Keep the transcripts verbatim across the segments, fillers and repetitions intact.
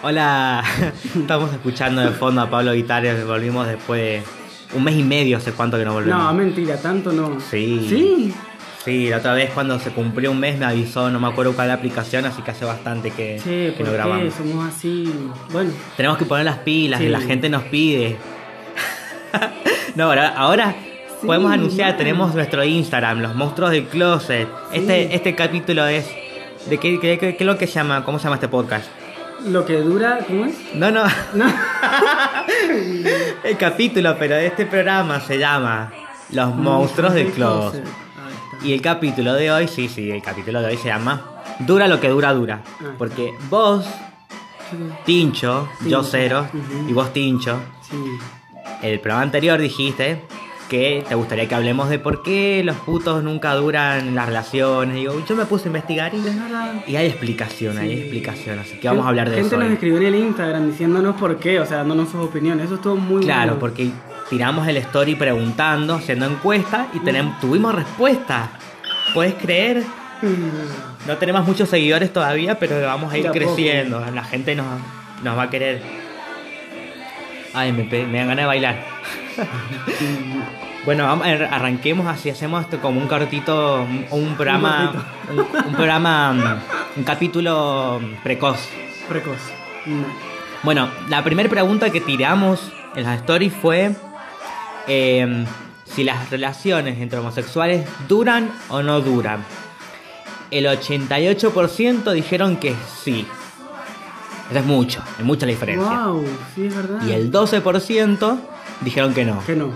Hola, estamos escuchando de fondo a Pablo Guitares. Volvimos después de un mes y medio, hace cuánto que no volvemos. No, mentira, tanto no. Sí. ¿Sí? Sí, la otra vez cuando se cumplió un mes me avisó, no me acuerdo cuál es la aplicación, así que hace bastante que, Che, que ¿por no qué grabamos. somos así? Bueno, Tenemos que poner las pilas, Sí. y la gente nos pide. No, ahora, ahora Sí, podemos anunciar, man. tenemos nuestro Instagram, Los Monstruos del Closet. Este, este capítulo es... ¿De qué, qué, qué, qué es lo que se llama? ¿Cómo se llama este podcast? lo que dura, ¿cómo es? No, no. No. El capítulo, pero este programa se llama Los Monstruos del Closet. Ahí está. Y el capítulo de hoy, sí, sí, el capítulo de hoy se llama Dura lo que dura, dura. Ah. Porque vos, Tincho, yo Tincho. Cero, Ujú. y vos, Tincho, Sí. el programa anterior dijiste que te gustaría que hablemos de por qué los putos nunca duran en las relaciones. Digo, yo me puse a investigar y, Es verdad. y hay explicación, hay Sí. explicación. Así que vamos a hablar de Gente eso nos hoy. escribió en el Instagram diciéndonos por qué, o sea, dándonos sus opiniones. Eso estuvo muy Claro, bueno. porque tiramos el story preguntando, haciendo encuesta y tenemos, tuvimos respuesta. ¿Puedes creer? Mm. No tenemos muchos seguidores todavía, pero vamos a ir De a poco. creciendo. La gente nos, nos va a querer. Ay, me, pe- me dan ganas de bailar. Bueno, vamos, ar- arranquemos así, hacemos esto como un cortito, un, un programa, un, un programa, mm, un capítulo precoz. Precoz. Mm. Bueno, la primera pregunta que tiramos en las stories fue eh, si las relaciones entre homosexuales duran o no duran. El ochenta y ocho por ciento dijeron que sí. Eso es mucho, es mucha la diferencia. Wow, sí, es verdad. Y el doce por ciento dijeron que no. Que no.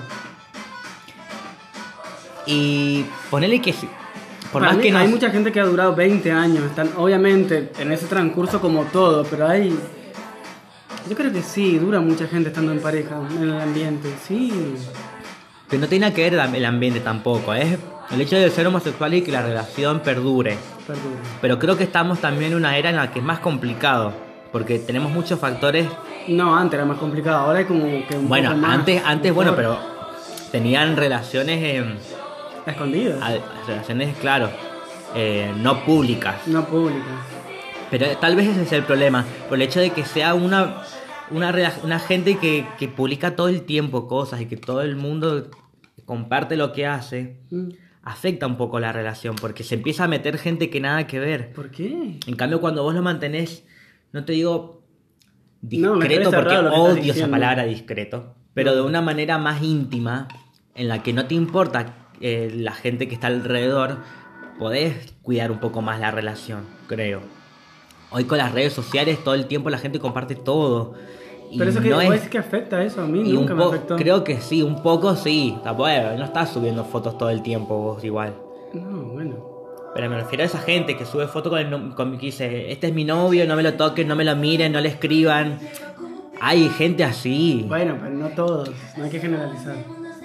Y ponele que sí. Por Para más mí, que no. hay mucha gente que ha durado veinte años. Están, obviamente, en ese transcurso como todo, pero hay... Yo creo que sí, dura mucha gente estando en pareja, en el ambiente, sí. Que no tiene nada que ver el el ambiente tampoco. Es el hecho de ser homosexual y que la relación perdure. Perdón. Pero creo que estamos también en una era en la que es más complicado. Porque tenemos muchos factores. No, antes era más complicado, ahora es como que un Bueno, poco más antes, antes bueno, mejor. pero tenían relaciones, eh, A escondidas, a- relaciones, claro, eh, no públicas. no públicas. Pero tal vez ese es el problema, por el hecho de que sea una, una, rela- una gente que, que publica todo el tiempo cosas y que todo el mundo comparte lo que hace, Mm. afecta un poco la relación, porque se empieza a meter gente que nada que ver. ¿Por qué? En cambio, cuando vos lo mantenés, no te digo No, me discreto, parece porque raro lo que estás odio esa diciendo. palabra discreto, pero No. de una manera más íntima, en la que no te importa eh, la gente que está alrededor, podés cuidar un poco más la relación, creo. Hoy con las redes sociales todo el tiempo la gente comparte todo. Y Pero eso que no vos es- decís que afecta eso, a mí y nunca un me po- afectó. creo que sí, un poco sí. Tampoco, no estás subiendo fotos todo el tiempo vos igual. No, bueno. Pero me refiero a esa gente que sube fotos con, el no- con que dice, este es mi novio, no me lo toquen, no me lo miren, no le escriban. Hay gente así. Bueno, pero no todos, no hay que generalizar.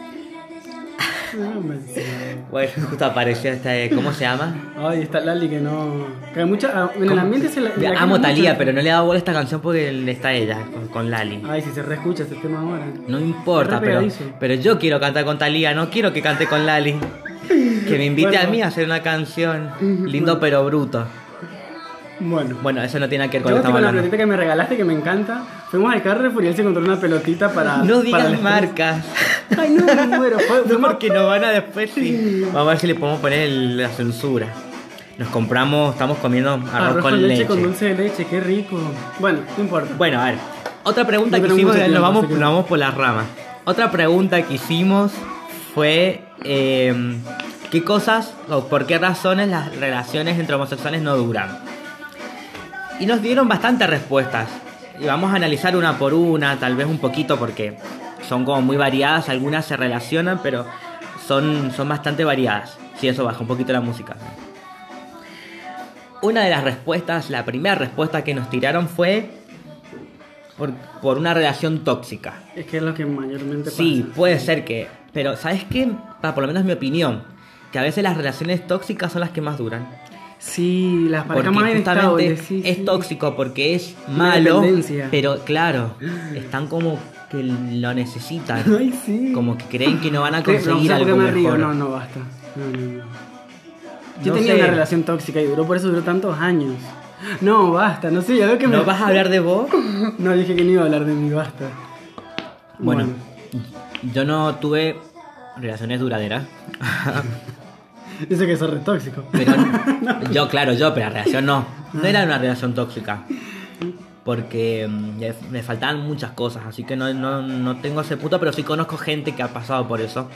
No, me- Bueno, justo apareció este, ¿cómo se llama? Ay, está Lali que no... Que hay mucha... En el ¿Cómo? ambiente se la... la Amo quiere Talía, mucho. pero no le he dado bola a esta canción porque le está ella, con, con Lali. Ay, si se reescucha este tema ahora. No importa, Está pero, pegadizo. pero yo quiero cantar con Talía, no quiero que cante con Lali. Que me invite Bueno. a mí a hacer una canción. Lindo Bueno. pero bruto. Bueno. Bueno, eso no tiene nada que ver con Yo lo que con estamos la hablando. pelotita que me regalaste que me encanta. Fuimos al Carrefour y él se encontró una pelotita para... No para digas el- marcas. Ay, no, me muero. Fue, No, fuimos- porque nos van a después sí. Vamos a ver si le podemos poner el- la censura. Nos compramos, estamos comiendo arroz, Arroz con leche. con dulce de leche, qué rico. Bueno, no importa. Bueno, a ver. Otra pregunta No que tenemos hicimos, mucho nos tiempo, vamos, así que- nos vamos por las ramas. Otra pregunta que hicimos fue eh, ¿qué cosas o por qué razones las relaciones entre homosexuales no duran? Y nos dieron bastantes respuestas. Y vamos a analizar una por una, tal vez un poquito porque son como muy variadas. Algunas se relacionan, pero son, son bastante variadas. Si eso baja un poquito la música. Una de las respuestas, la primera respuesta que nos tiraron fue por, por una relación tóxica. Es que es lo que mayormente Sí, pasa. puede ser que... Pero, ¿sabes qué? Pa- por lo menos mi opinión. Que a veces las relaciones tóxicas son las que más duran. Sí, las Porque parejas más justamente inestables, sí, es sí. tóxico porque es Una malo, dependencia. pero claro, están como que lo necesitan. Ay, sí. Como que creen que no van a ¿Qué? conseguir No sé por qué algo me río. mejor. No, no, basta. No, no, no. Yo No tenía sé. una relación tóxica y duró, por eso duró tantos años. No, basta, no sé, ya veo que ¿No me... vas a hablar de vos? No, dije que no iba a hablar de mí, basta. Bueno, yo no tuve relaciones duraderas. Dice que sos re tóxico. Pero no. Yo, claro, yo, pero la relación no. No era una relación tóxica. Porque mm, me faltaban muchas cosas. Así que no, no, no tengo ese punto. Pero sí conozco gente que ha pasado por eso.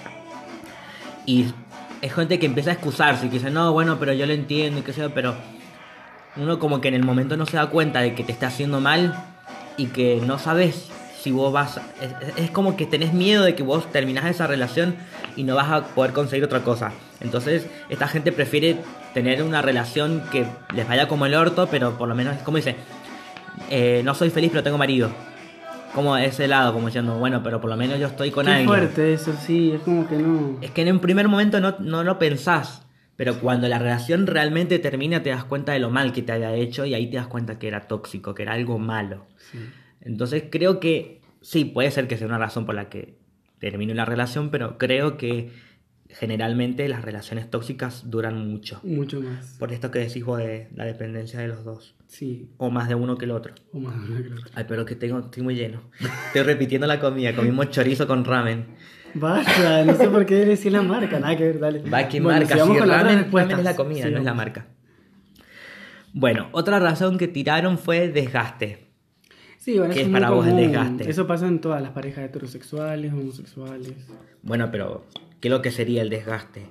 Y es gente que empieza a excusarse. Y que dice, no, bueno, pero yo lo entiendo y qué sé yo. Pero uno como que en el momento no se da cuenta de que te está haciendo mal. Y que no sabes si vos vas... Es, es como que tenés miedo de que vos terminás esa relación y no vas a poder conseguir otra cosa. Entonces esta gente prefiere tener una relación que les vaya como el orto, pero por lo menos, como dice, eh, no soy feliz pero tengo marido. Como ese lado, como diciendo, bueno, pero por lo menos yo estoy con Qué alguien. fuerte eso, sí, es como que no... Es que en un primer momento no, no lo pensás, pero cuando la relación realmente termina te das cuenta de lo mal que te haya hecho y ahí te das cuenta que era tóxico, que era algo malo. Sí. Entonces creo que sí, puede ser que sea una razón por la que termine la relación, pero creo que generalmente las relaciones tóxicas duran mucho. Mucho más. Por esto que decís vos de la dependencia de los dos. Sí. O más de uno que el otro. O más de uno que el otro. Ay, pero que tengo, estoy muy lleno. Estoy repitiendo la comida. Comimos chorizo con ramen. Basta, no sé por qué decir la marca. Nada que ver, dale. Va, ¿qué Bueno, marca? sigamos Sí, con las ramen, respuestas. ramen es la comida, no es Sigamos. la marca. Bueno, otra razón que tiraron fue desgaste. Sí, bueno, ¿Qué eso es muy para vos el común. desgaste? Eso pasa en todas las parejas heterosexuales, homosexuales. Bueno, pero ¿qué es lo que sería el desgaste?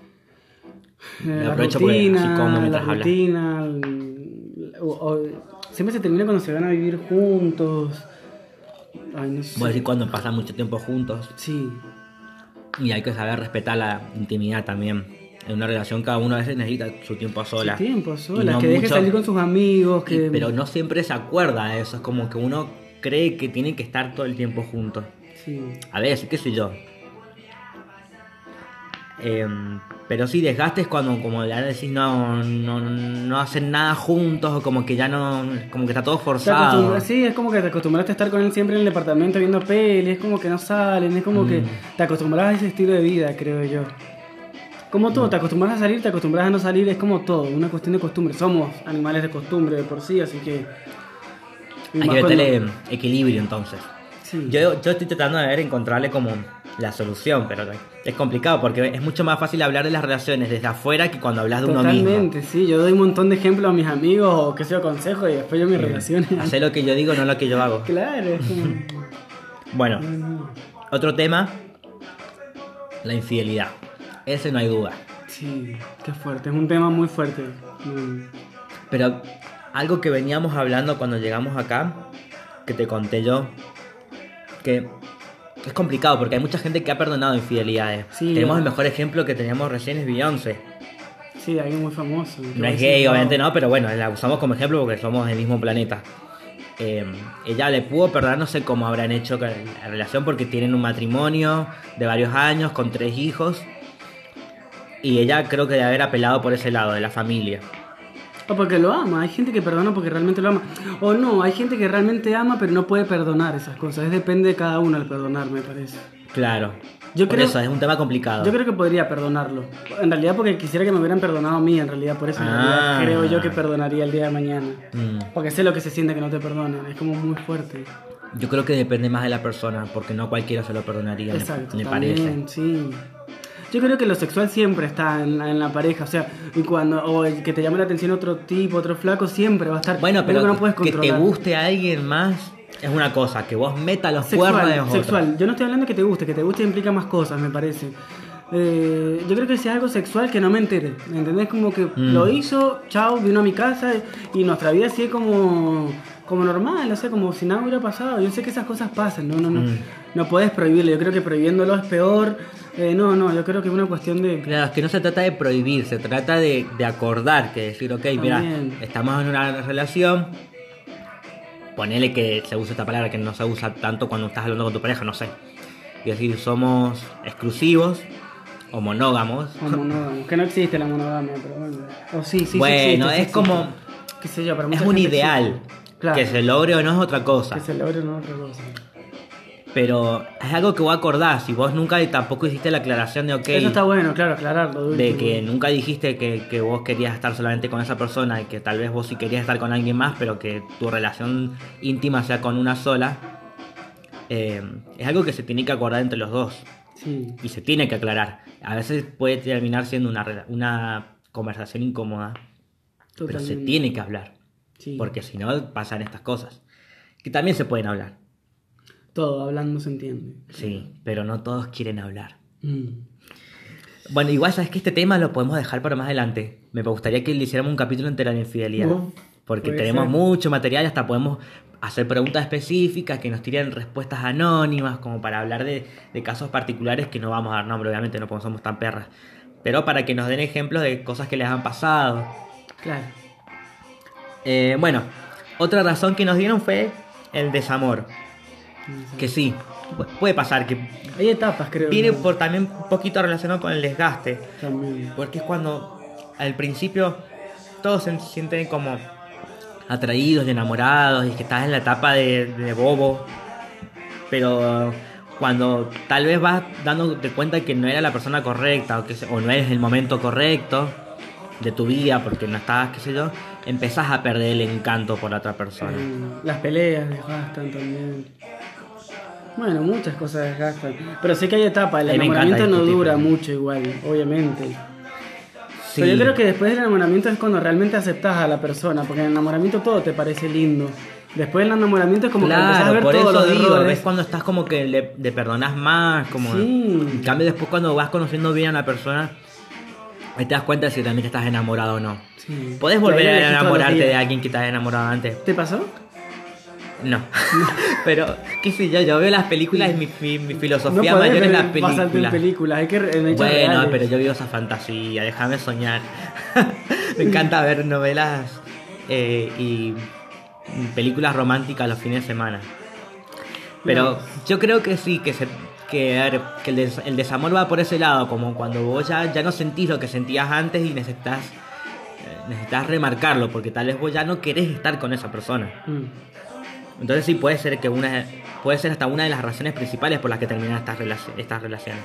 Eh, Me la aprovecho porque así rutina, como la mientras hablas. rutina, el- o- o- siempre se termina cuando se van a vivir juntos. Ay, no sé. Vos decís cuando pasan mucho tiempo juntos. Sí, Y hay que saber respetar la intimidad también. En una relación cada uno a veces necesita su tiempo a solas. su tiempo, Y sola, no que deje mucho- salir con sus amigos, y- que... pero no siempre se acuerda de eso. Es como que uno cree que tienen que estar todo el tiempo juntos. Sí. A veces, qué sé yo. Em, pero sí, desgaste es cuando como ya decís no, no, no hacen nada juntos o como que ya no, como que está todo Te forzado. acostumbras- sí, es como que te acostumbraste a estar con él siempre en el departamento viendo pelis, es como que no salen, es como Mm. que te acostumbras a ese estilo de vida, creo yo. Como todo, te acostumbras a salir, te acostumbras a no salir, es como todo, una cuestión de costumbre. Somos animales de costumbre de por sí, así que... y Hay más que cuando- meterle equilibrio entonces. Sí. Yo, yo estoy tratando de ver, encontrarle como la solución, pero es complicado porque es mucho más fácil hablar de las relaciones desde afuera que cuando hablas de uno mismo. Totalmente, sí, yo doy un montón de ejemplos a mis amigos o que sea consejos y después yo mis relaciones. Hacer lo que yo digo, no lo que yo hago. Claro, es como... Bueno, no, no. otro tema, la infidelidad. Ese no hay duda. Sí, qué fuerte, es un tema muy fuerte. Mm. Pero algo que veníamos hablando cuando llegamos acá, que te conté yo, que es complicado porque hay mucha gente que ha perdonado infidelidades. Sí, Tenemos eh. el mejor ejemplo que teníamos recién es Beyoncé. Sí, alguien muy famoso. No es gay, obviamente no, pero bueno, la usamos como ejemplo porque somos del mismo planeta. Eh, ella le pudo perdonar, no sé cómo habrán hecho con la relación porque tienen un matrimonio de varios años con tres hijos. Y ella creo que debe haber apelado por ese lado, de la familia. O porque lo ama, hay gente que perdona porque realmente lo ama. O no, hay gente que realmente ama pero no puede perdonar esas cosas. Es depende de cada uno el perdonar, me parece. Claro. Yo por creo- eso, es un tema complicado. Yo creo que podría perdonarlo. En realidad porque quisiera que me hubieran perdonado a mí, en realidad por eso en Ah. realidad creo yo que perdonaría el día de mañana. Mm. Porque sé lo que se siente que no te perdonen, es como muy fuerte. Yo creo que depende más de la persona, porque no cualquiera se lo perdonaría, me- Exacto, me, también, parece. sí. Yo creo que lo sexual siempre está en, la- en la pareja, o sea, y cuando o el que te llame la atención otro tipo, otro flaco, siempre va a estar. Bueno, es pero algo que no puedes que te controlar. guste a alguien más es una cosa, que vos metas los Sexual, cuernos es otra. sexual. Yo no estoy hablando de que te guste, que te guste implica más cosas, me parece. Eh, yo creo que si es algo sexual que no me entere, ¿me entendés? Como que Mm. lo hizo, chao, vino a mi casa y nuestra vida sigue como, como normal, o sea, como si nada hubiera pasado. Yo sé que esas cosas pasan, no, no, no, Mm. no puedes prohibirlo. Yo creo que prohibiéndolo es peor. Eh, no, no, yo creo que es una cuestión de... Claro, es que no se trata de prohibir, se trata de, de acordar, que decir, ok, mira, También. estamos en una relación, ponele que se usa esta palabra que no se usa tanto cuando estás hablando con tu pareja, no sé. Y decir, somos exclusivos o monógamos. o monógamo, que no existe la monogamia, pero bueno. O sí, sí, sí Bueno, existe, sí es como, existe. Qué sé yo, para es mucha un gente ideal. existe. Claro, Que se logre o no es otra cosa. que se logre no otra cosa. pero es algo que vos acordás. Si vos nunca tampoco hiciste la aclaración de ok, Eso está bueno, claro, aclararlo. de que nunca dijiste que, que vos querías estar solamente con esa persona y que tal vez vos sí querías estar con alguien más, pero que tu relación íntima sea con una sola, eh, es algo que se tiene que acordar entre los dos. Sí. Y se tiene que aclarar. A veces puede terminar siendo una, rela- una conversación incómoda, pero se Totalmente. tiene que hablar. Sí. Porque si no, pasan estas cosas. Que también se pueden hablar. Todo, hablando se entiende. Sí, pero no todos quieren hablar. Mm. Bueno, igual sabes que este tema lo podemos dejar para más adelante. Me gustaría que le hiciéramos un capítulo entero a la infidelidad. Uf, porque puede tenemos ser. mucho material, hasta podemos hacer preguntas específicas que nos tiren respuestas anónimas, como para hablar de, de casos particulares que no vamos a dar nombre, obviamente no somos tan perras. Pero para que nos den ejemplos de cosas que les han pasado. Claro. Eh, bueno, otra razón que nos dieron fue el desamor. Que sí, pu- puede pasar, que Hay etapas, creo. viene ¿no? por también un poquito relacionado con el desgaste. También. Porque es cuando al principio todos se sienten como atraídos y enamorados y que estás en la etapa de, de bobo. Pero cuando tal vez vas dándote cuenta que no era la persona correcta o, que, se- o no eres el momento correcto de tu vida porque no estabas, qué sé yo, empezás a perder el encanto por la otra persona. Mm, Las peleas desgastan también. Bueno, muchas cosas desgastan. Pero sé que hay etapas. El A mí me encanta enamoramiento no discutir, dura pero- mucho igual, obviamente. Sí. Pero yo creo que después del enamoramiento es cuando realmente aceptas a la persona. Porque en el enamoramiento todo te parece lindo. Después del enamoramiento es como que empezás a Claro, ver por todos eso los digo, errores. ves cuando estás como que le, le perdonas más, como Sí. en cambio después cuando vas conociendo bien a la persona, ahí te das cuenta de si realmente estás enamorado o no. Sí. Podés Y volver ahí a elegís todos los enamorarte días. de alguien que te has enamorado antes. ¿Te pasó? No. Pero, qué sé yo, yo veo las películas y mi, mi, mi filosofía no podés mayor es ver- las basarte en películas. películas, hay que en hechos Bueno, reales. pero yo vivo esa fantasía, déjame soñar. Me encanta ver novelas eh, y películas románticas los fines de semana. Pero yo creo que sí, que se que, a ver, que el, des- el desamor va por ese lado, como cuando vos ya, ya no sentís lo que sentías antes y necesitas, eh, necesitas remarcarlo, porque tal vez vos ya no querés estar con esa persona. Mm. Entonces sí puede ser que una puede ser hasta una de las razones principales por las que terminan estas, relaci- estas relaciones.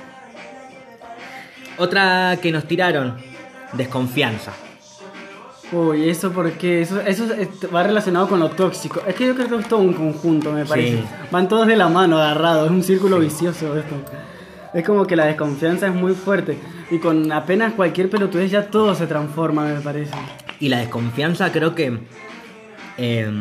Otra que nos tiraron, desconfianza. Uy, eso porque eso, eso es- va relacionado con lo tóxico. Es que yo creo que es todo un conjunto, me parece. Sí. Van todos de la mano, agarrados. Es un círculo vicioso esto. Es como que la desconfianza es muy fuerte. Y con apenas cualquier pelotudez ya todo se transforma, me parece. Y la desconfianza creo que eh,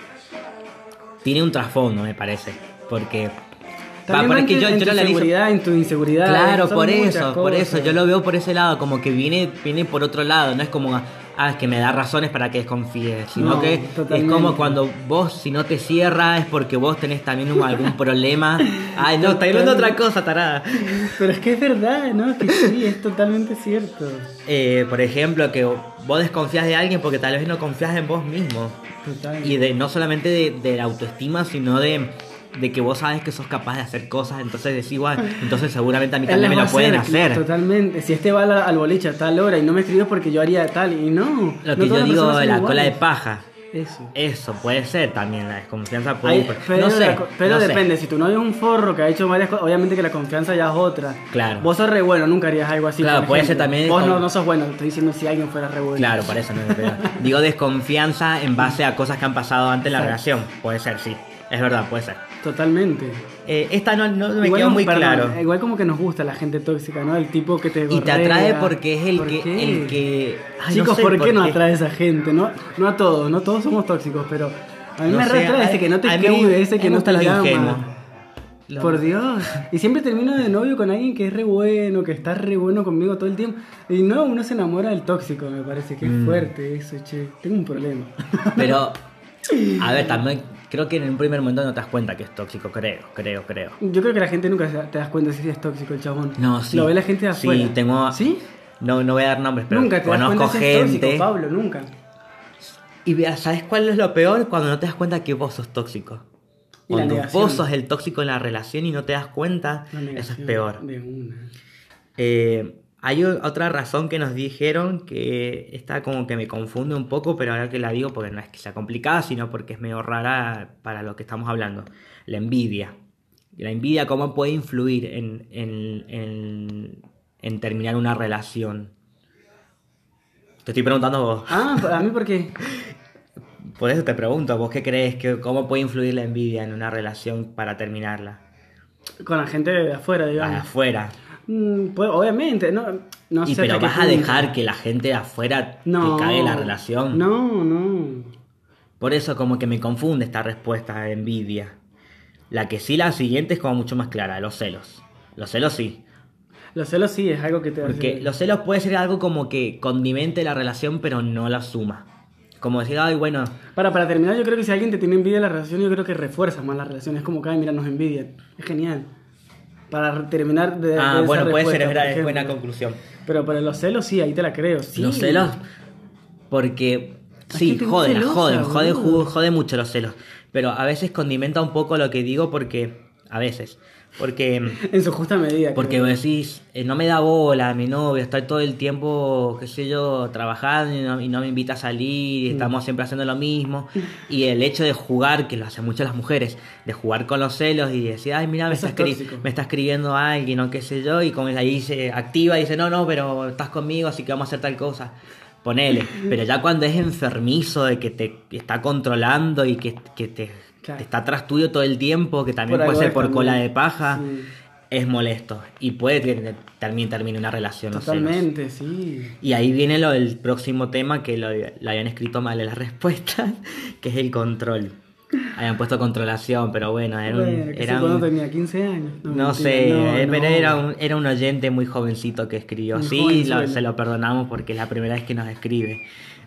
tiene un trasfondo, me parece. Porque... También va, va en, porque tu- yo- en yo tu lo analizo- seguridad, en tu inseguridad. Claro, son por muchas eso, por cosas. eso. Yo lo veo por ese lado, como que viene, viene por otro lado. No es como, ah, es que me da razones para que desconfíes. Sino No, que totalmente. es como cuando vos, si no te cierras, es porque vos tenés también un- algún problema. Ay, no, está hablando de otra cosa, tarada. Pero es que es verdad, ¿no? Que sí, es totalmente cierto. Eh, por ejemplo, que vos desconfías de alguien porque tal vez no confías en vos mismo. Totalmente. Y de no solamente de, de la autoestima, sino de, de que vos sabes que sos capaz de hacer cosas. Entonces decís, bueno, entonces seguramente a mí Él también las me va lo a pueden hacer. Totalmente. Si este va al, al boliche a tal hora y no me escribió porque yo haría tal y no. Lo no que todas yo las digo personas de son la cola de iguales. paja. Eso. Eso puede ser también, la desconfianza puede Ay, ir por- pero no sé, la co- pero no sé. depende, si tu novio es un forro que ha hecho varias cosas, obviamente que la confianza ya es otra. Claro. Vos sos re bueno, nunca harías algo así. Claro, por puede ejemplo. ser también Vos como- no, no sos bueno, te estoy diciendo si alguien fuera re bueno. Claro, por eso no me pega. Digo desconfianza en base a cosas que han pasado antes en la Exacto. relación. Puede ser, sí. Es verdad, puede ser. Totalmente. Eh, esta no, no me Igual quedó no- muy perdón, claro. Igual como que nos gusta la gente tóxica, ¿no? El tipo que te Y te gorrea. atrae porque es el ¿Por que, qué? el que. Ay, no Chicos, sé ¿por qué nos atrae esa gente? No, no a todos, no todos somos tóxicos, pero a mí No me sé, retrae a- ese que no te a mí- escribe, ese a que mí me no te gustan los llama. ingenuos. Lo- Por Dios. Y siempre termino de novio con alguien que es re bueno, que está re bueno conmigo todo el tiempo. Y no, uno se enamora del tóxico, me parece que es Mm. fuerte eso, che. Tengo un problema. Pero, a ver, también creo que en un primer momento no te das cuenta que es tóxico, creo, creo, creo. Yo creo que la gente nunca se- te das cuenta si es tóxico el chabón. No, sí. Lo ve la gente de afuera. Sí, tengo. ¿Sí? No, no voy a dar nombres, pero Nunca te das conozco cuenta si es gente. tóxico, Pablo, nunca. Y vea, ¿sabes cuál es lo peor? Cuando no te das cuenta que vos sos tóxico. Y la Cuando negación. vos sos el tóxico en la relación y no te das cuenta, La eso es negación peor. De una. Eh, hay o- otra razón que nos dijeron que esta como que me confunde un poco, pero ahora que la digo porque no es que sea complicada, sino porque es medio rara para lo que estamos hablando. La envidia. La envidia, ¿cómo puede influir en, en, en, en terminar una relación? Te estoy preguntando a vos. Ah, ¿a mí por qué? Por eso te pregunto, ¿vos qué crees? Que, ¿Cómo puede influir la envidia en una relación para terminarla? Con la gente de afuera, La de digamos. afuera. Mm, pues, obviamente, no, no Y sé pero hasta qué vas a punto. dejar que la gente de afuera No, te cague la relación. No, no. Por eso como que me confunde esta respuesta de envidia. La que sí, la siguiente es como mucho más clara, los celos. Los celos sí. Los celos sí es algo que te Porque hace... los celos puede ser algo como que condimente la relación, pero no la suma. Como decir, ay, bueno, Para, para terminar, yo creo que si alguien te tiene envidia de la relación, yo creo que refuerza más la relación. Es como que, ay, mira, nos envidian. Es genial. Para terminar de... ah, de esa bueno, puede ser, respuesta, es, por verdad, es ejemplo. buena conclusión. Pero para los celos sí, ahí te la creo. Sí. Los celos, porque Es sí, que te joden, celosa, joden, joden, boludo. ju- joden mucho los celos. Pero a veces condimenta un poco lo que digo porque, a veces, porque... En su justa medida. Porque creo. vos decís, eh, no me da bola a mi novia, está todo el tiempo, qué sé yo, trabajando y no, y no me invita a salir, y estamos siempre haciendo lo mismo. Y el hecho de jugar, que lo hacen mucho las mujeres, de jugar con los celos y decir, ay, mira, me Eso está, es escri- tóxico. me está escribiendo alguien o qué sé yo, y como ahí se activa y dice, no, no, pero estás conmigo, así que vamos a hacer tal cosa. Ponele. Pero ya cuando es enfermizo, de que te está controlando y que, que te, Claro. te está atrás tuyo todo el tiempo, que también Por puede algo ser es por también. cola de paja. Sí. Es molesto y puede que también termine una relación. Los celos. Totalmente, sí. Y ahí viene lo del próximo tema que lo, lo habían escrito mal en las respuestas, que es el control. Habían puesto controlación, pero bueno, era un... Bueno, que era sí, cuando un- tenía quince años. no mentira, sé, no, eh, no. pero era un, era un oyente muy jovencito que escribió. Un Sí, lo- jovenzuelo. se lo perdonamos porque es la primera vez que nos escribe.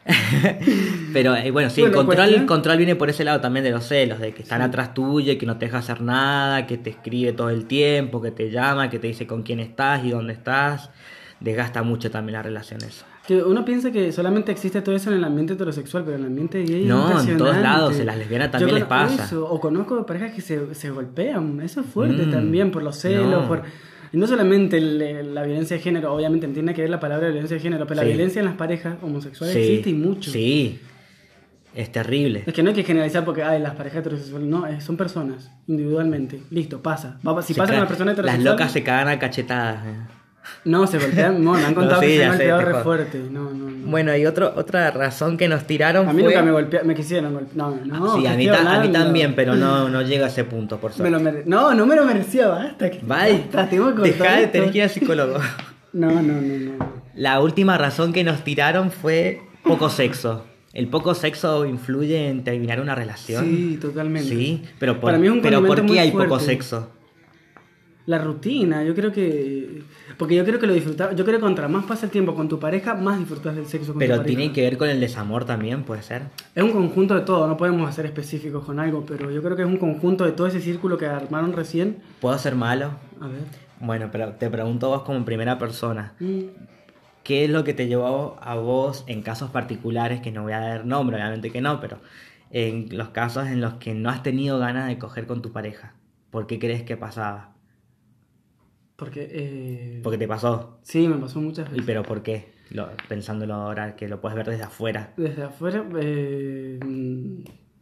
Pero eh, bueno, sí, Bueno, el control, cuestión- el control viene por ese lado también de los celos, de que están Sí. atrás tuyo y que no te deja hacer nada, que te escribe todo el tiempo, que te llama, que te dice con quién estás y dónde estás. Desgasta mucho también la relación eso. Que uno piensa que solamente existe todo eso en el ambiente heterosexual, pero en el ambiente gay es No, en todos impresionante. lados, en las lesbianas también Yo les conozco pasa. eso, o conozco parejas que se, se golpean, eso es fuerte Mm, también, por los celos, no. por... Y no solamente el- la violencia de género, obviamente tiene que ver la palabra violencia de género, pero Sí. la violencia en las parejas homosexuales Sí, existe y mucho. Sí, es terrible. Es que no hay que generalizar porque, ay, las parejas heterosexuales, no, es- son personas, individualmente, listo, pasa. Va- si Se pasa con ca- una persona Las heterosexual... locas se cagan a cachetadas. eh. No, se golpean, no, me han contado No, sí, que se ya han sé, golpeado te re jodo. fuerte, no, no, no. Bueno, y otro, otra razón que nos tiraron A mí fue... nunca me golpearon, me quisieron golpear. No, no. sí, ¿qué a mí, estoy ta- a mí hablando? también, pero no, no llega a ese punto, por Me suerte. lo mere- No, no me lo merecía, basta. Que... Bye. Basta, tengo que cortar Dejá de esto. tener que ir al psicólogo. No, no, no, no. La última razón que nos tiraron fue poco sexo. ¿El poco sexo influye en terminar una relación? Sí, totalmente. Sí, pero ¿por, Para mí es un pero ¿por condimento qué muy hay poco fuerte. sexo? La rutina, yo creo que... Porque yo creo que lo disfrutar... Yo creo que contra más pasa el tiempo con tu pareja, más disfrutas del sexo con Pero tu pareja. tiene que ver con el desamor también, puede ser. Es un conjunto de todo, no podemos ser específicos con algo, pero yo creo que es un conjunto de todo ese círculo que armaron recién. ¿Puedo ser malo? A ver. Bueno, pero te pregunto vos como en primera persona. Mm. ¿Qué es lo que te llevó a vos en casos particulares, que no voy a dar nombre, obviamente que no, pero en los casos en los que no has tenido ganas de coger con tu pareja? ¿Por qué crees que pasaba? Porque... Eh... Porque te pasó. Sí, me pasó muchas ¿Y veces. pero por qué? Lo, pensándolo ahora, que lo puedes ver desde afuera. Desde afuera, eh, mm,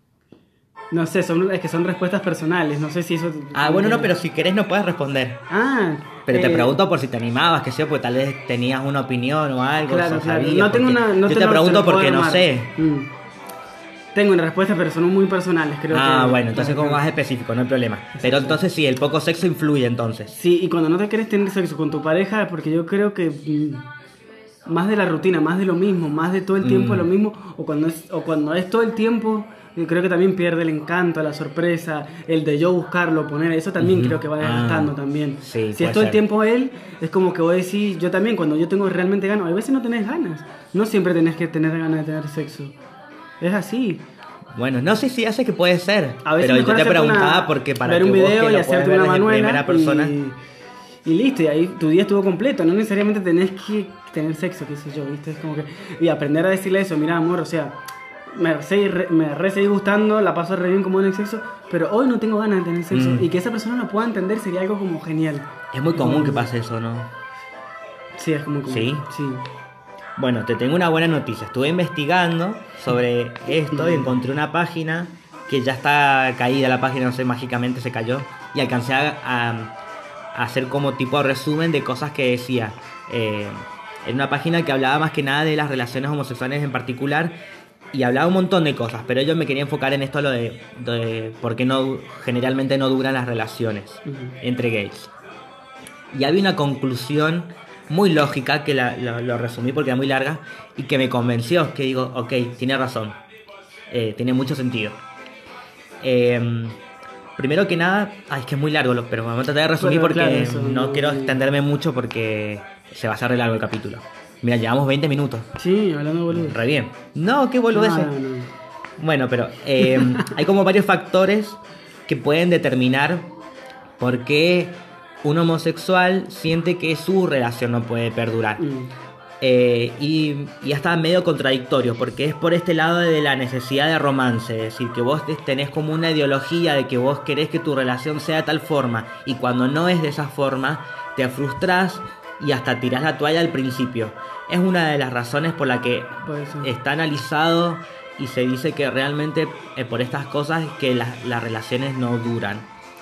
no sé, son, es que son respuestas personales, no sé si eso... Ah, bueno, no, pero si querés no puedes responder. Ah, Pero te eh, pregunto por si te animabas, que sé yo, porque tal vez tenías una opinión o algo. Claro, o claro, sabías, no tengo porque- una... No yo te te lo- pregunto te lo puedo porque no armar. sé. Mm. Tengo una respuesta, pero son muy personales, creo Ah, que... bueno, entonces como más específico, no hay problema. Pero entonces sí, el poco sexo influye entonces. Sí, y cuando no te quieres tener sexo con tu pareja, porque yo creo que mm, más de la rutina, más de lo mismo, más de todo el tiempo Mm. lo mismo, o cuando es, o cuando es todo el tiempo, yo creo que también pierde el encanto, la sorpresa, el de yo buscarlo, poner, eso también Ujú. creo que va Ah, desgastando también. sí, si puede es todo el ser. tiempo él, es como que vos decís, yo también, cuando yo tengo realmente ganas, a veces no tenés ganas, no siempre tenés que tener ganas de tener sexo, es así. Bueno, no sé si hace que puede ser. A veces pero yo mejor te hacerte preguntaba una- porque para ver que un vos video que y lo puedes hacerte ver una desde manuela primera persona. y, y listo, y ahí tu día estuvo completo, no necesariamente tenés que tener sexo, qué sé yo, ¿viste? Es como que y aprender a decirle eso, mira, amor, o sea, me, seguí re- me re seguí gustando, la paso re bien como en el sexo, pero hoy no tengo ganas de tener sexo Mm. y que esa persona lo pueda entender sería algo como genial. Es muy común Como- que pase eso, ¿no? Sí, es como común. ¿Sí? Sí. Bueno, te tengo una buena noticia. Estuve investigando sobre esto y encontré una página que ya está caída la página, no sé, mágicamente se cayó. y alcancé a, a, a hacer como tipo resumen de cosas que decía. Eh, en una página que hablaba más que nada de las relaciones homosexuales en particular, y hablaba un montón de cosas, pero yo me quería enfocar en esto, lo de, de por qué no, generalmente no duran las relaciones uh-huh. entre gays. Y había una conclusión muy lógica, que la, lo, lo resumí porque era muy larga, y que me convenció, que digo, ok, tiene razón, eh, tiene mucho sentido. Eh, primero que nada, ay, es que es muy largo, pero me voy a tratar de resumir bueno, porque claro, eso, no, no quiero sí. extenderme mucho porque se va a hacer re largo el capítulo. Mira, llevamos veinte minutos. Sí, hablando de boludo. Re bien. No, qué boludo ese. No, no. Bueno, pero eh, hay como varios factores que pueden determinar por qué un homosexual siente que su relación no puede perdurar. Mm. Eh, y, y hasta medio contradictorio, porque es por este lado de la necesidad de romance. Es decir, que vos tenés como una ideología de que vos querés que tu relación sea de tal forma, y cuando no es de esa forma, te frustrás y hasta tirás la toalla al principio. Es una de las razones por la que está analizado y se dice que realmente eh, por estas cosas que las, las relaciones no duran.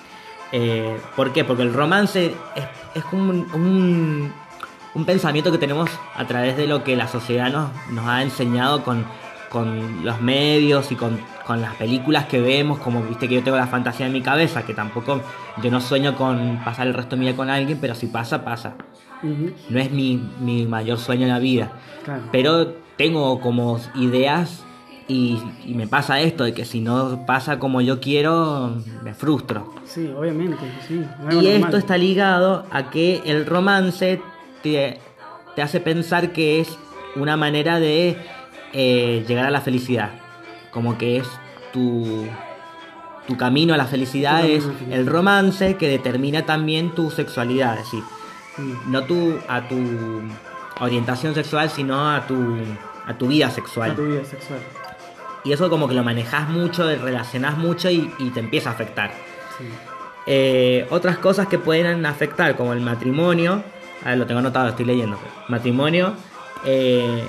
Eh, ¿Por qué? Porque el romance es, es como un, un, un pensamiento que tenemos a través de lo que la sociedad nos, nos ha enseñado con, con los medios y con, con las películas que vemos, como viste que yo tengo la fantasía en mi cabeza, que tampoco yo no sueño con pasar el resto de mi vida con alguien, pero si pasa, pasa. Uh-huh. No es mi, mi mayor sueño en la vida, claro. Pero tengo como ideas y, y me pasa esto de que si no pasa como yo quiero, me frustro. Sí, obviamente, sí. Y normal. Esto está ligado a que el romance te, te hace pensar que es una manera de eh, llegar a la felicidad, como que es tu, tu camino a la felicidad, sí, es el romance que determina también tu sexualidad, es decir, no tu, a tu orientación sexual, sino a tu, a tu vida sexual. A tu vida sexual. Y eso como que lo manejas mucho, relacionás mucho y, y te empieza a afectar. Sí. Eh, otras cosas que pueden afectar, como el matrimonio, a ver, lo tengo anotado, estoy leyendo. Matrimonio eh,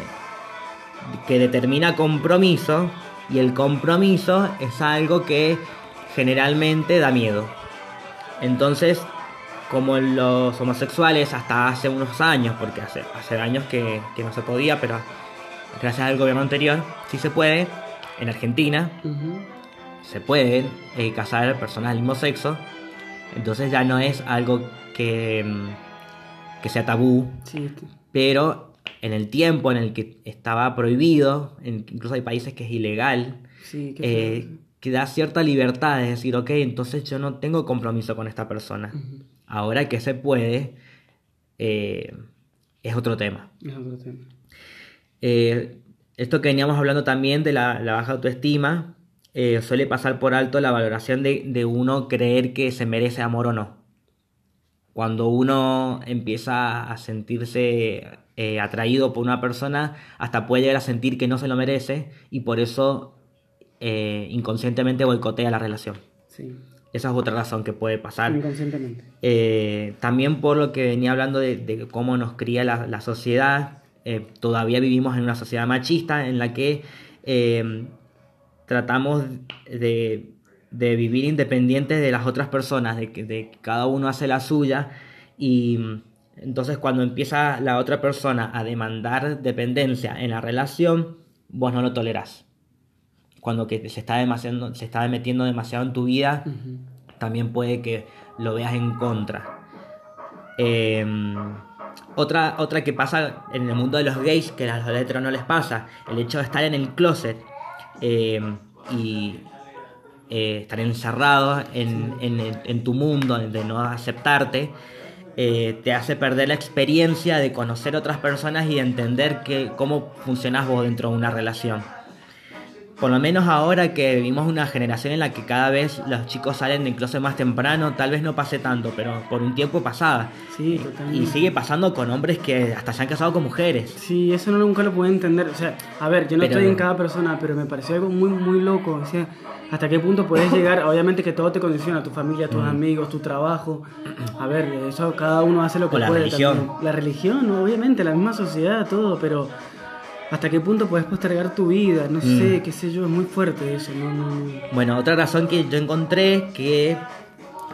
que determina compromiso, y el compromiso es algo que generalmente da miedo. Entonces, como los homosexuales hasta hace unos años, porque hace, hace años que, que no se podía, pero gracias al gobierno anterior sí se puede, en Argentina uh-huh. se pueden eh, casar personas del mismo sexo, entonces ya no es algo que, que sea tabú, sí. Pero en el tiempo en el que estaba prohibido, en, incluso hay países que es ilegal, sí, eh, que da cierta libertad, es decir, ok, entonces yo no tengo compromiso con esta persona. Uh-huh. Ahora que se puede, eh, es otro tema. Es otro tema. Eh, esto que veníamos hablando también de la, la baja autoestima, eh, suele pasar por alto la valoración de, de uno creer que se merece amor o no. Cuando uno empieza a sentirse eh, atraído por una persona, hasta puede llegar a sentir que no se lo merece, y por eso eh, inconscientemente boicotea la relación. Sí. Esa es otra razón que puede pasar. Inconscientemente. Eh, también por lo que venía hablando de, de cómo nos cría la, la sociedad. Eh, todavía vivimos en una sociedad machista en la que eh, tratamos de, de vivir independientes de las otras personas, de que, de que cada uno hace la suya, y entonces cuando empieza la otra persona a demandar dependencia en la relación, vos no lo tolerás. Cuando que se está, demasiado, se está metiendo demasiado en tu vida, uh-huh. también puede que lo veas en contra. Eh, otra, otra que pasa en el mundo de los gays, que a los heteros no les pasa, el hecho de estar en el closet eh, y eh, estar encerrado en, en, en tu mundo, de no aceptarte, eh, te hace perder la experiencia de conocer otras personas y de entender que, cómo funcionás vos dentro de una relación. Por lo menos ahora que vivimos una generación en la que cada vez los chicos salen del closet más temprano, tal vez no pase tanto, pero por un tiempo pasaba. Sí, totalmente. Y sigue pasando con hombres que hasta se han casado con mujeres. Sí, eso no, nunca lo pude entender. O sea, a ver, yo no pero, estoy en cada persona, pero me pareció algo muy, muy loco. O sea, hasta qué punto puedes llegar, obviamente que todo te condiciona, tu familia, tus mm. amigos, tu trabajo. A ver, eso cada uno hace lo que o la puede. Religión. También. La religión, obviamente, la misma sociedad, todo, pero ¿hasta qué punto puedes postergar tu vida? No mm. sé, qué sé yo, es muy fuerte eso. No, no, no. Bueno, otra razón que yo encontré que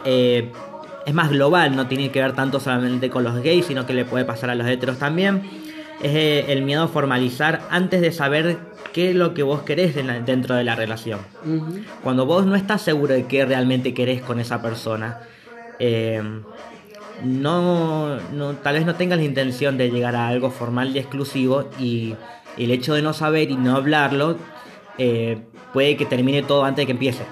eh, es más global, no tiene que ver tanto solamente con los gays, sino que le puede pasar a los heteros también. Es eh, el miedo a formalizar antes de saber qué es lo que vos querés en la, dentro de la relación. Uh-huh. Cuando vos no estás seguro de qué realmente querés con esa persona, eh, no, no, tal vez no tengas la intención de llegar a algo formal y exclusivo, y el hecho de no saber y no hablarlo eh, puede que termine todo antes de que empiece.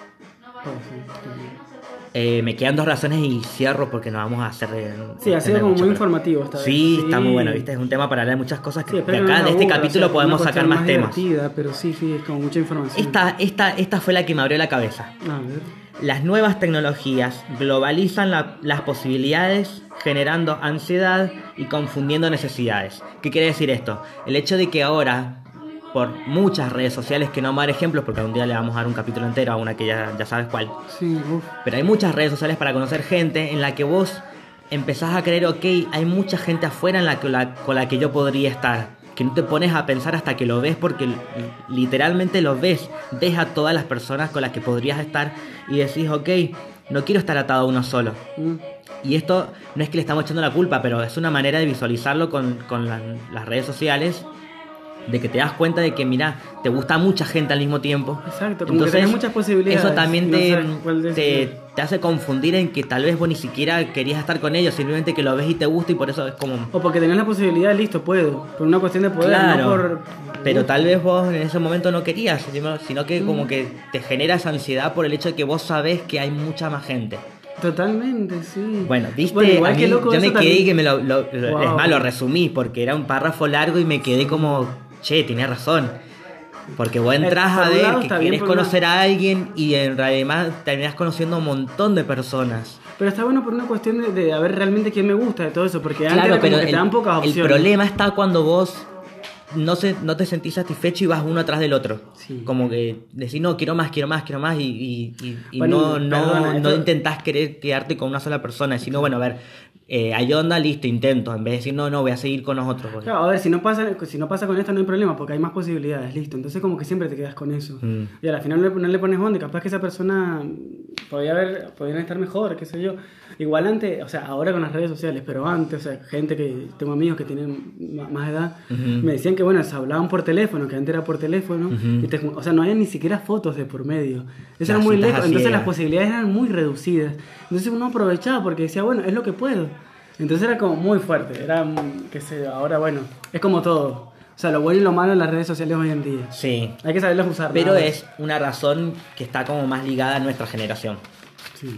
Eh, me quedan dos razones y cierro porque nos vamos a hacer... Eh, sí, ha sido como muy informativo esta vez. Sí, sí, está muy bueno, ¿viste? Es un tema para hablar de muchas cosas que sí, de acá, de este aburra, capítulo, o sea, podemos sacar más, más temas. Pero sí, sí, es como mucha información. Esta, esta, esta fue la que me abrió la cabeza. A ver. Las nuevas tecnologías globalizan la, las posibilidades, generando ansiedad y confundiendo necesidades. ¿Qué quiere decir esto? El hecho de que ahora, por muchas redes sociales, que no vamos a dar ejemplos porque algún día le vamos a dar un capítulo entero a una que ya, ya sabes cuál. Sí, uf. Pero hay muchas redes sociales para conocer gente en la que vos empezás a creer, ok, hay mucha gente afuera en la que, la, con la que yo podría estar. Que no te pones a pensar hasta que lo ves, porque literalmente lo ves. Ves a todas las personas con las que podrías estar y decís, ok, no quiero estar atado a uno solo. Mm. Y esto no es que le estamos echando la culpa, pero es una manera de visualizarlo con, con la, las redes sociales, de que te das cuenta de que, mira, te gusta mucha gente al mismo tiempo. Exacto, como entonces, que tenés muchas posibilidades. Eso también te, no sé te, te hace confundir en que tal vez vos ni siquiera querías estar con ellos, simplemente que lo ves y te gusta y por eso es como... O porque tenés la posibilidad, listo, puedo. Por una cuestión de poder, claro, no por... Pero tal vez vos en ese momento no querías, sino que como que te genera esa ansiedad por el hecho de que vos sabés que hay mucha más gente. Totalmente, sí. Bueno, viste, bueno, igual a mí, que loco, yo me quedé también... y que me lo, lo, wow. Es más, lo resumí porque era un párrafo largo y me quedé como... Che, tenés razón. Porque vos entras a ver que querés conocer a alguien y en realidad terminás conociendo a un montón de personas. Pero está bueno por una cuestión de, de a ver realmente quién me gusta de todo eso, porque claro, antes era pero como que el, te dan pocas opciones. El problema está cuando vos no, se, no te sentís satisfecho y vas uno atrás del otro. Sí. Como que decís, no, quiero más, quiero más, quiero más y, y, y, y bueno, no, no, perdona, no esto... intentás querer quedarte con una sola persona, sino bueno, a ver... Eh, hay onda, listo, intento, en vez de decir no, no, voy a seguir con nosotros. Porque... Claro, a ver, si no pasa si no pasa con esto no hay problema, porque hay más posibilidades, listo. Entonces como que siempre te quedas con eso. Mm. Y al final no le, no le pones onda, capaz que esa persona podría haber, podrían estar mejor, qué sé yo. Igual antes, o sea, ahora con las redes sociales, pero antes, o sea, gente que, tengo amigos que tienen más edad, uh-huh. me decían que bueno, se hablaban por teléfono, que antes era por teléfono, uh-huh. y te, o sea, no había ni siquiera fotos de por medio. Eso era muy lejos, entonces era. Las posibilidades eran muy reducidas. Entonces uno aprovechaba porque decía, bueno, es lo que puedo. Entonces era como muy fuerte, era, qué sé yo, ahora bueno, es como todo. O sea, lo bueno y lo malo en las redes sociales hoy en día. Sí. Hay que saberlas usar. Pero es una razón que está como más ligada a nuestra generación. Sí.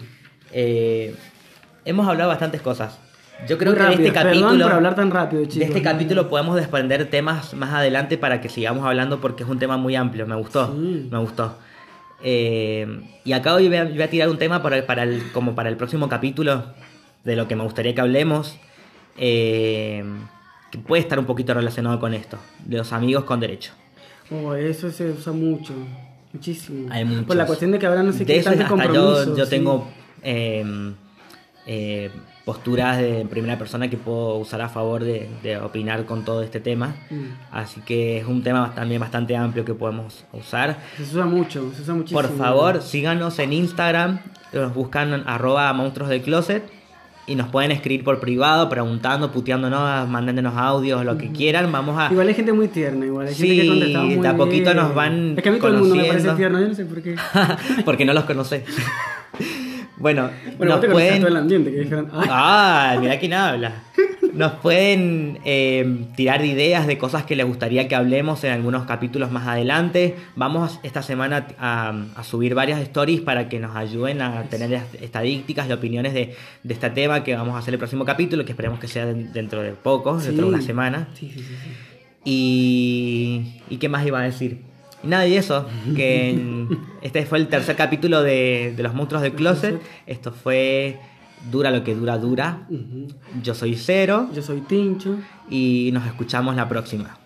Eh, hemos hablado bastantes cosas. Yo creo muy que rápido. de este capítulo... Perdón por hablar tan rápido, chicos. De este capítulo podemos desprender temas más adelante para que sigamos hablando porque es un tema muy amplio. Me gustó, sí. me gustó. Eh, y acá hoy voy a, voy a tirar un tema para, para el, como para el próximo capítulo de lo que me gustaría que hablemos. Eh... que puede estar un poquito relacionado con esto, de los amigos con derecho. Oh, eso se usa mucho, muchísimo. Hay muchos. Por la cuestión de que ahora no sé qué tanto compromiso. Yo, yo sí. tengo eh, eh, posturas de primera persona que puedo usar a favor de, de opinar con todo este tema. Mm. Así que es un tema también bastante amplio que podemos usar. Se usa mucho, se usa muchísimo. Por favor, síganos en Instagram, nos buscan arroba monstruos del closet. Y nos pueden escribir por privado, preguntando, puteándonos, mandándonos audios, lo que quieran. Vamos a... Igual hay gente muy tierna, igual. Hay sí, gente que contestamos muy de a poquito bien. Nos van es que a mí todo el mundo me parece tierno, yo no sé por qué. Porque no los conoces. Bueno, bueno, nos te pueden... todo el ambiente, que dijeron... Ah, mira quién habla. Nos pueden eh, tirar ideas de cosas que les gustaría que hablemos en algunos capítulos más adelante. Vamos esta semana a, a subir varias stories para que nos ayuden a tener estadísticas y opiniones de, de este tema que vamos a hacer el próximo capítulo, que esperemos que sea dentro de poco, sí. dentro de una semana. Sí, sí, sí, sí. Y, ¿y qué más iba a decir? Y nada, y eso, que en, este fue el tercer capítulo de, de Los Monstruos del Closet. Esto fue Dura lo que dura, dura. Uh-huh. Yo soy Cero. Yo soy Tincho. Y nos escuchamos la próxima.